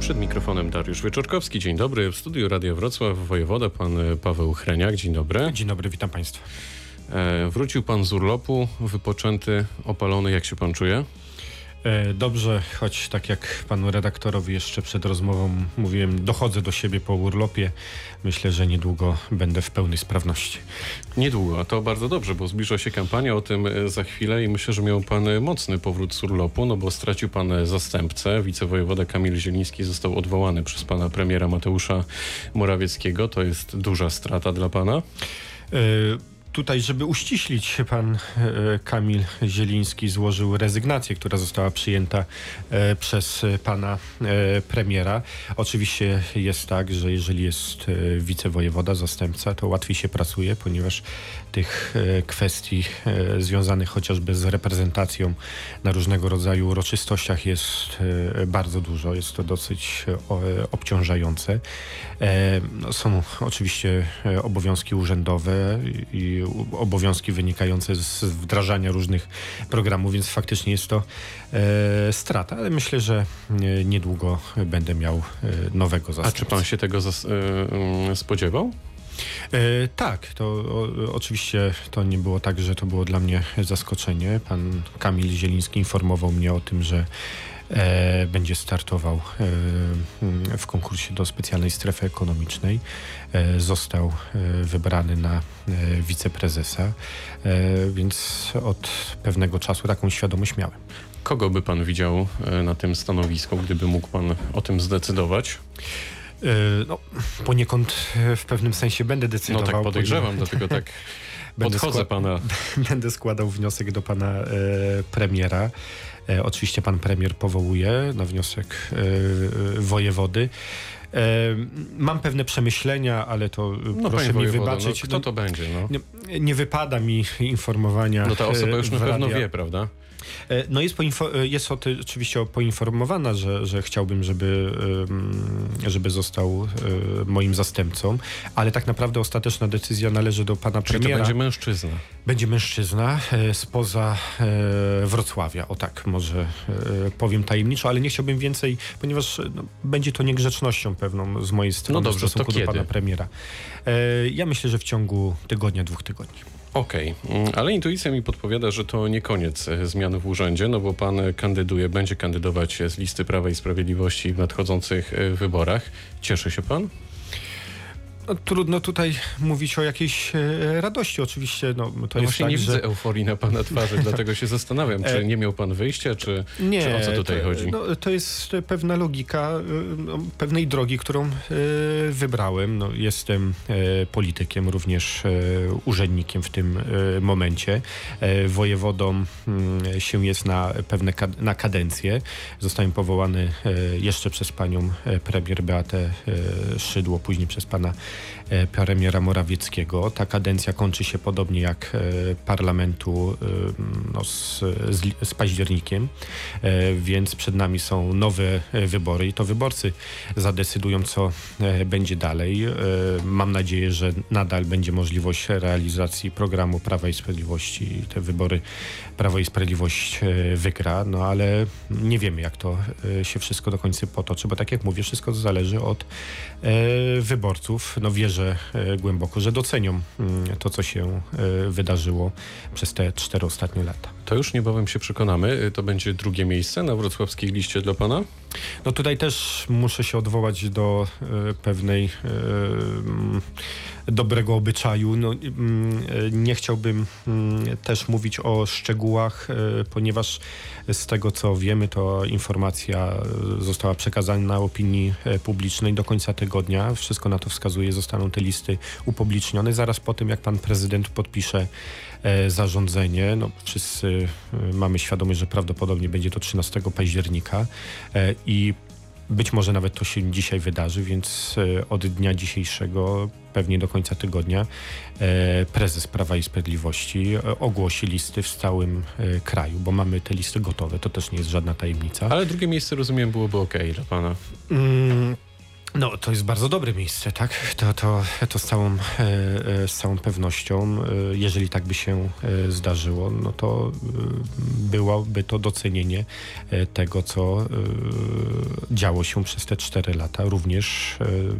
Przed mikrofonem Dariusz Wieczorkowski. Dzień dobry. W studiu Radia Wrocław wojewoda pan Paweł Hreniak. Dzień dobry. Dzień dobry, witam państwa. Wrócił pan z urlopu, wypoczęty, opalony. Jak się pan czuje? Dobrze, choć tak jak panu redaktorowi jeszcze przed rozmową mówiłem, dochodzę do siebie po urlopie. Myślę, że niedługo będę w pełnej sprawności. Niedługo, to bardzo dobrze, bo zbliża się kampania, o tym za chwilę i myślę, że miał pan mocny powrót z urlopu, no bo stracił pan zastępcę. Wicewojewoda Kamil Zieliński został odwołany przez pana premiera Mateusza Morawieckiego. To jest duża strata dla pana? Tutaj, żeby uściślić, pan Kamil Zieliński złożył rezygnację, która została przyjęta przez pana premiera. Oczywiście jest tak, że jeżeli jest wicewojewoda, zastępca, to łatwiej się pracuje, ponieważ tych kwestii związanych chociażby z reprezentacją na różnego rodzaju uroczystościach jest bardzo dużo. Jest to dosyć obciążające. Są oczywiście obowiązki urzędowe i obowiązki wynikające z wdrażania różnych programów, więc faktycznie jest to strata, ale myślę, że niedługo będę miał nowego zastępcę. A czy pan się tego spodziewał? Tak, to oczywiście to nie było tak, że to było dla mnie zaskoczenie. Pan Kamil Zieliński informował mnie o tym, że będzie startował w konkursie do specjalnej strefy ekonomicznej. Został wybrany na wiceprezesa, więc od pewnego czasu taką świadomość miałem. Kogo by pan widział na tym stanowisku, gdyby mógł pan o tym zdecydować? No, poniekąd w pewnym sensie będę decydował. No tak podejrzewam, dlatego tak podchodzę pana. Będę składał wniosek do pana premiera. Oczywiście pan premier powołuje na wniosek wojewody. Mam pewne przemyślenia, ale to proszę mi wybaczyć. No, kto to będzie? No? Nie wypada mi informowania. No ta osoba już na pewno wie, prawda? No jest oczywiście poinformowana, że chciałbym, żeby został moim zastępcą, ale tak naprawdę ostateczna decyzja należy do pana premiera. Czyli to będzie mężczyzna? Będzie mężczyzna spoza Wrocławia. O tak, może powiem tajemniczo, ale nie chciałbym więcej, ponieważ będzie to niegrzecznością pewną z mojej strony w stosunku do pana premiera. Ja myślę, że w ciągu tygodnia, 2 tygodni. Okej, ale intuicja mi podpowiada, że to nie koniec zmian w urzędzie, no bo pan będzie kandydować z listy Prawa i Sprawiedliwości w nadchodzących wyborach. Cieszy się pan? No, trudno tutaj mówić o jakiejś radości. Oczywiście to jest właśnie tak, nie widzę euforii na pana twarzy, dlatego się zastanawiam, czy nie miał pan wyjścia, czy o co tutaj chodzi? To jest pewna logika pewnej drogi, którą wybrałem. Jestem politykiem, również urzędnikiem w tym momencie. Wojewodą się jest na kadencję. Zostałem powołany jeszcze przez panią premier Beatę Szydło, później przez pana premiera Morawieckiego. Ta kadencja kończy się podobnie jak parlamentu z październikiem, więc przed nami są nowe wybory i to wyborcy zadecydują, co będzie dalej. Mam nadzieję, że nadal będzie możliwość realizacji programu Prawa i Sprawiedliwości. Te wybory Prawo i Sprawiedliwość wygra, ale nie wiemy, jak to się wszystko do końca potoczy, bo tak jak mówię, wszystko zależy od wyborców. Wierzę głęboko, że docenią to, co się wydarzyło przez te 4 ostatnie lata. To już niebawem się przekonamy. To będzie drugie miejsce na wrocławskiej liście dla pana? Tutaj też muszę się odwołać do pewnej dobrego obyczaju. Nie chciałbym też mówić o szczegółach, ponieważ z tego, co wiemy, to informacja została przekazana opinii publicznej do końca tygodnia. Wszystko na to wskazuje, zostaną te listy upublicznione. Zaraz po tym, jak pan prezydent podpisze zarządzenie, wszyscy mamy świadomość, że prawdopodobnie będzie to 13 października i być może nawet to się dzisiaj wydarzy, więc od dnia dzisiejszego, pewnie do końca tygodnia, prezes Prawa i Sprawiedliwości ogłosi listy w całym kraju, bo mamy te listy gotowe, to też nie jest żadna tajemnica. Ale drugie miejsce, rozumiem, byłoby okej dla pana. No, to jest bardzo dobre miejsce, tak? To z całą pewnością, jeżeli tak by się zdarzyło, no to byłoby to docenienie tego, co działo się przez te 4 lata, również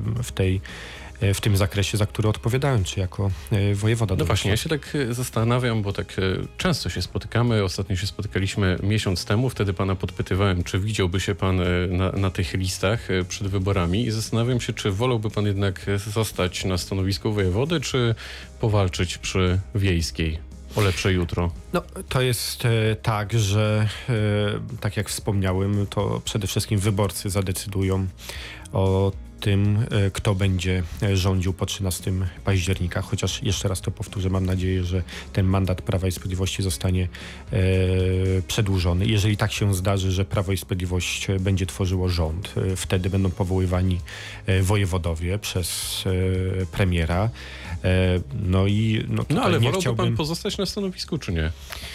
w tym zakresie, za który odpowiadałem, czy jako wojewoda. No właśnie, ja się tak zastanawiam, bo tak często się spotykamy. Ostatnio się spotykaliśmy miesiąc temu. Wtedy pana podpytywałem, czy widziałby się pan na tych listach przed wyborami i zastanawiam się, czy wolałby pan jednak zostać na stanowisku wojewody, czy powalczyć przy wiejskiej o lepsze jutro? No, to jest tak, że tak jak wspomniałem, to przede wszystkim wyborcy zadecydują o tym, kto będzie rządził po 13 października, chociaż jeszcze raz to powtórzę, mam nadzieję, że ten mandat Prawa i Sprawiedliwości zostanie przedłużony. Jeżeli tak się zdarzy, że Prawo i Sprawiedliwość będzie tworzyło rząd, wtedy będą powoływani wojewodowie przez premiera. No ale wolałby pan pozostać na stanowisku, czy nie?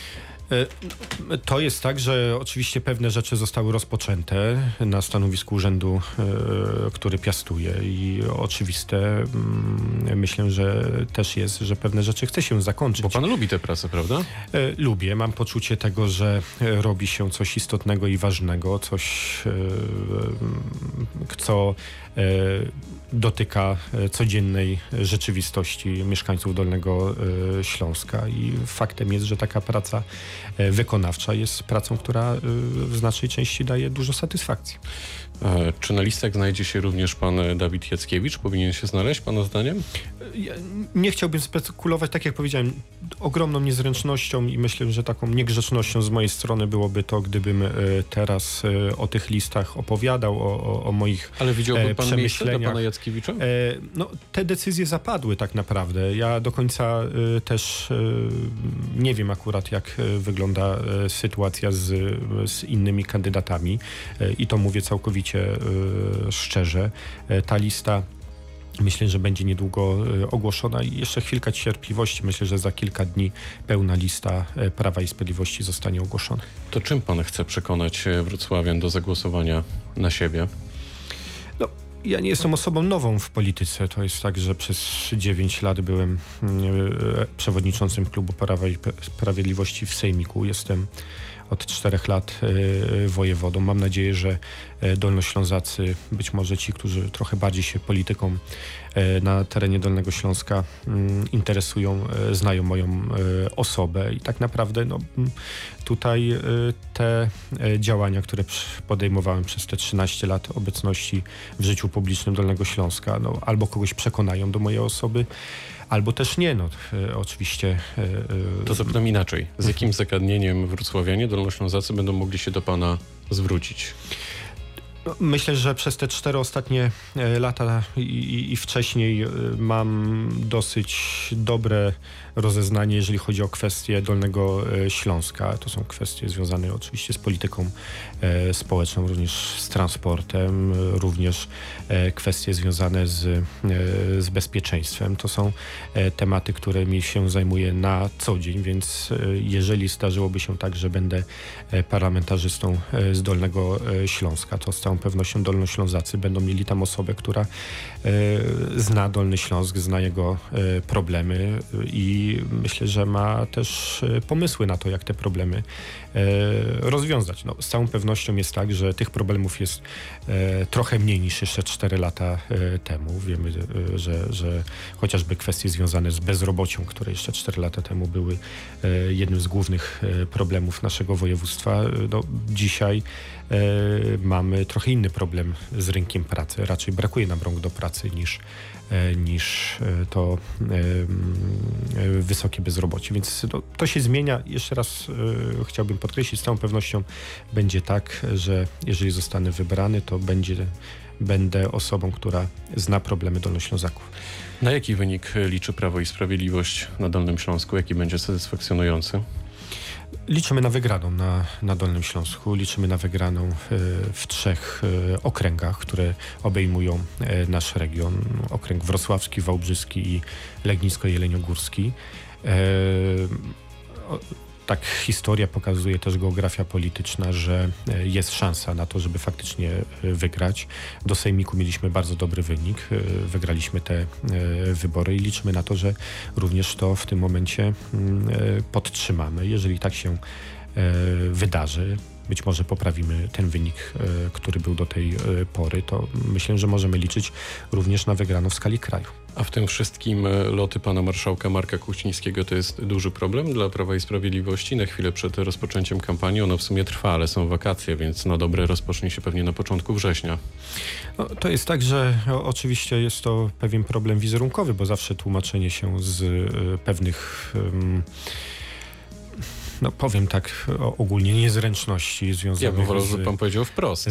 To jest tak, że oczywiście pewne rzeczy zostały rozpoczęte na stanowisku urzędu, który piastuję i oczywiste myślę, że też jest, że pewne rzeczy chce się zakończyć. Bo pan lubi tę pracę, prawda? Lubię, mam poczucie tego, że robi się coś istotnego i ważnego, coś, co dotyka codziennej rzeczywistości mieszkańców Dolnego Śląska i faktem jest, że taka praca wykonawcza jest pracą, która w znacznej części daje dużo satysfakcji. Czy na listach znajdzie się również pan Dawid Jackiewicz? Powinien się znaleźć, pana zdaniem? Ja nie chciałbym spekulować, tak jak powiedziałem, ogromną niezręcznością i myślę, że taką niegrzecznością z mojej strony byłoby to, gdybym teraz o tych listach opowiadał, o moich Ale widziałby pan miejsce dla pana Jackiewicza? No, te decyzje zapadły tak naprawdę. Ja do końca też nie wiem akurat, jak wygląda sytuacja z innymi kandydatami i to mówię całkowicie szczerze. Ta lista myślę, że będzie niedługo ogłoszona i jeszcze chwilkę cierpliwości. Myślę, że za kilka dni pełna lista Prawa i Sprawiedliwości zostanie ogłoszona. To czym pan chce przekonać wrocławian do zagłosowania na siebie? No, ja nie jestem osobą nową w polityce. To jest tak, że przez 9 lat byłem przewodniczącym Klubu Prawa i Sprawiedliwości w Sejmiku. Jestem od 4 lat wojewodą. Mam nadzieję, że Dolnoślązacy, być może ci, którzy trochę bardziej się polityką na terenie Dolnego Śląska interesują, znają moją osobę i tak naprawdę tutaj te działania, które podejmowałem przez te 13 lat obecności w życiu publicznym Dolnego Śląska, albo kogoś przekonają do mojej osoby, albo też nie, oczywiście. To zapytam inaczej. Z jakim zagadnieniem wrocławianie, dolnoślązacy będą mogli się do pana zwrócić? Myślę, że przez te 4 ostatnie lata i wcześniej mam dosyć dobre rozeznanie, jeżeli chodzi o kwestie Dolnego Śląska. To są kwestie związane oczywiście z polityką społeczną, również z transportem, również kwestie związane z bezpieczeństwem. To są tematy, którymi się zajmuję na co dzień, więc jeżeli zdarzyłoby się tak, że będę parlamentarzystą z Dolnego Śląska, to z całą pewnością Dolnoślązacy będą mieli tam osobę, która zna Dolny Śląsk, zna jego problemy i myślę, że ma też pomysły na to, jak te problemy rozwiązać. Z całą pewnością jest tak, że tych problemów jest trochę mniej niż jeszcze 4 lata temu. Wiemy, że chociażby kwestie związane z bezrobociem, które jeszcze 4 lata temu były jednym z głównych problemów naszego województwa, dzisiaj mamy trochę inny problem z rynkiem pracy. Raczej brakuje nam rąk do pracy niż to wysokie bezrobocie. Więc to się zmienia. Jeszcze raz chciałbym podkreślić, z całą pewnością będzie tak, że jeżeli zostanę wybrany, to będę osobą, która zna problemy Dolnoślązaków. Na jaki wynik liczy Prawo i Sprawiedliwość na Dolnym Śląsku? Jaki będzie satysfakcjonujący? Liczymy na wygraną na Dolnym Śląsku. Liczymy na wygraną w 3 okręgach, które obejmują nasz region. Okręg wrocławski, wałbrzyski i legnicko-jeleniogórski. tak historia pokazuje, też geografia polityczna, że jest szansa na to, żeby faktycznie wygrać. Do sejmiku mieliśmy bardzo dobry wynik. Wygraliśmy te wybory i liczymy na to, że również to w tym momencie podtrzymamy. Jeżeli tak się wydarzy, być może poprawimy ten wynik, który był do tej pory, to myślę, że możemy liczyć również na wygraną w skali kraju. A w tym wszystkim loty pana marszałka Marka Kuchcińskiego to jest duży problem dla Prawa i Sprawiedliwości na chwilę przed rozpoczęciem kampanii. Ono w sumie trwa, ale są wakacje, więc na dobre rozpocznie się pewnie na początku września. No, to jest tak, że oczywiście jest to pewien problem wizerunkowy, bo zawsze tłumaczenie się z pewnych no powiem tak ogólnie, niezręczności związanych Ja bym wolał, żeby pan powiedział wprost.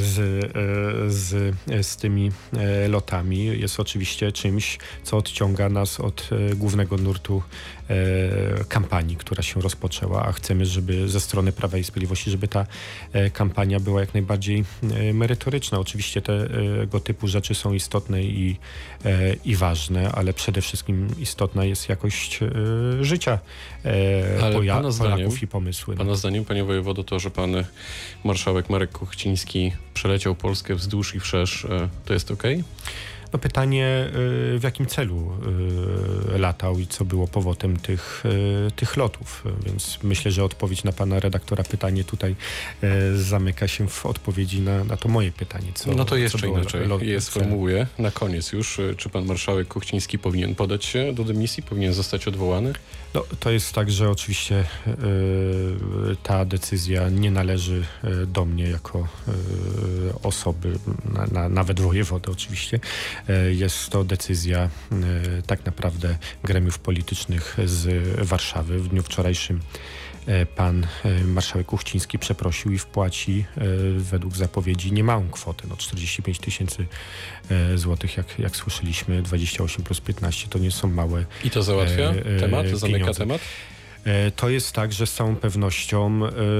z tymi lotami jest oczywiście czymś, co odciąga nas od głównego nurtu kampanii, która się rozpoczęła, a chcemy, żeby ze strony Prawa i Sprawiedliwości, żeby ta kampania była jak najbardziej merytoryczna. Oczywiście tego typu rzeczy są istotne i ważne, ale przede wszystkim istotna jest jakość życia Polaków i pomysły. Pana zdaniem, panie wojewodo, to, że pan marszałek Marek Kuchciński przeleciał Polskę wzdłuż i wszerz, to jest okej? No pytanie, w jakim celu latał i co było powodem tych lotów. Więc myślę, że odpowiedź na pana redaktora pytanie tutaj zamyka się w odpowiedzi na to moje pytanie. No to jeszcze inaczej je sformułuję. Na koniec już. Czy pan marszałek Kuchciński powinien podać się do dymisji? Powinien zostać odwołany? No, to jest tak, że oczywiście ta decyzja nie należy do mnie jako osoby, nawet wojewody oczywiście. Jest to decyzja tak naprawdę gremiów politycznych z Warszawy. W dniu wczorajszym pan marszałek Kuchciński przeprosił i wpłaci według zapowiedzi niemałą kwotę. 45 000 złotych, jak słyszeliśmy, 28 plus 15 to nie są małe I to załatwia temat? Zamyka pieniądze. temat? To jest tak, że z całą pewnością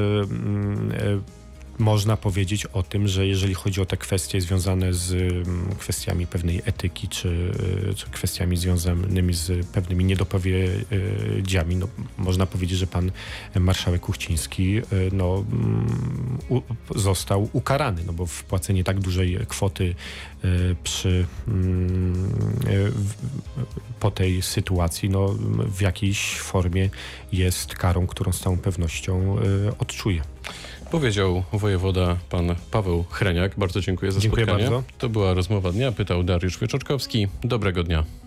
można powiedzieć o tym, że jeżeli chodzi o te kwestie związane z kwestiami pewnej etyki, czy kwestiami związanymi z pewnymi niedopowiedziami, no, można powiedzieć, że pan marszałek Kuchciński został ukarany, no bo wpłacenie tak dużej kwoty po tej sytuacji, no, w jakiejś formie jest karą, którą z całą pewnością odczuje. Powiedział wojewoda pan Paweł Hreniak. Bardzo dziękuję za Dziękuję spotkanie. bardzo. To była rozmowa dnia. Pytał Dariusz Wieczorkowski. Dobrego dnia.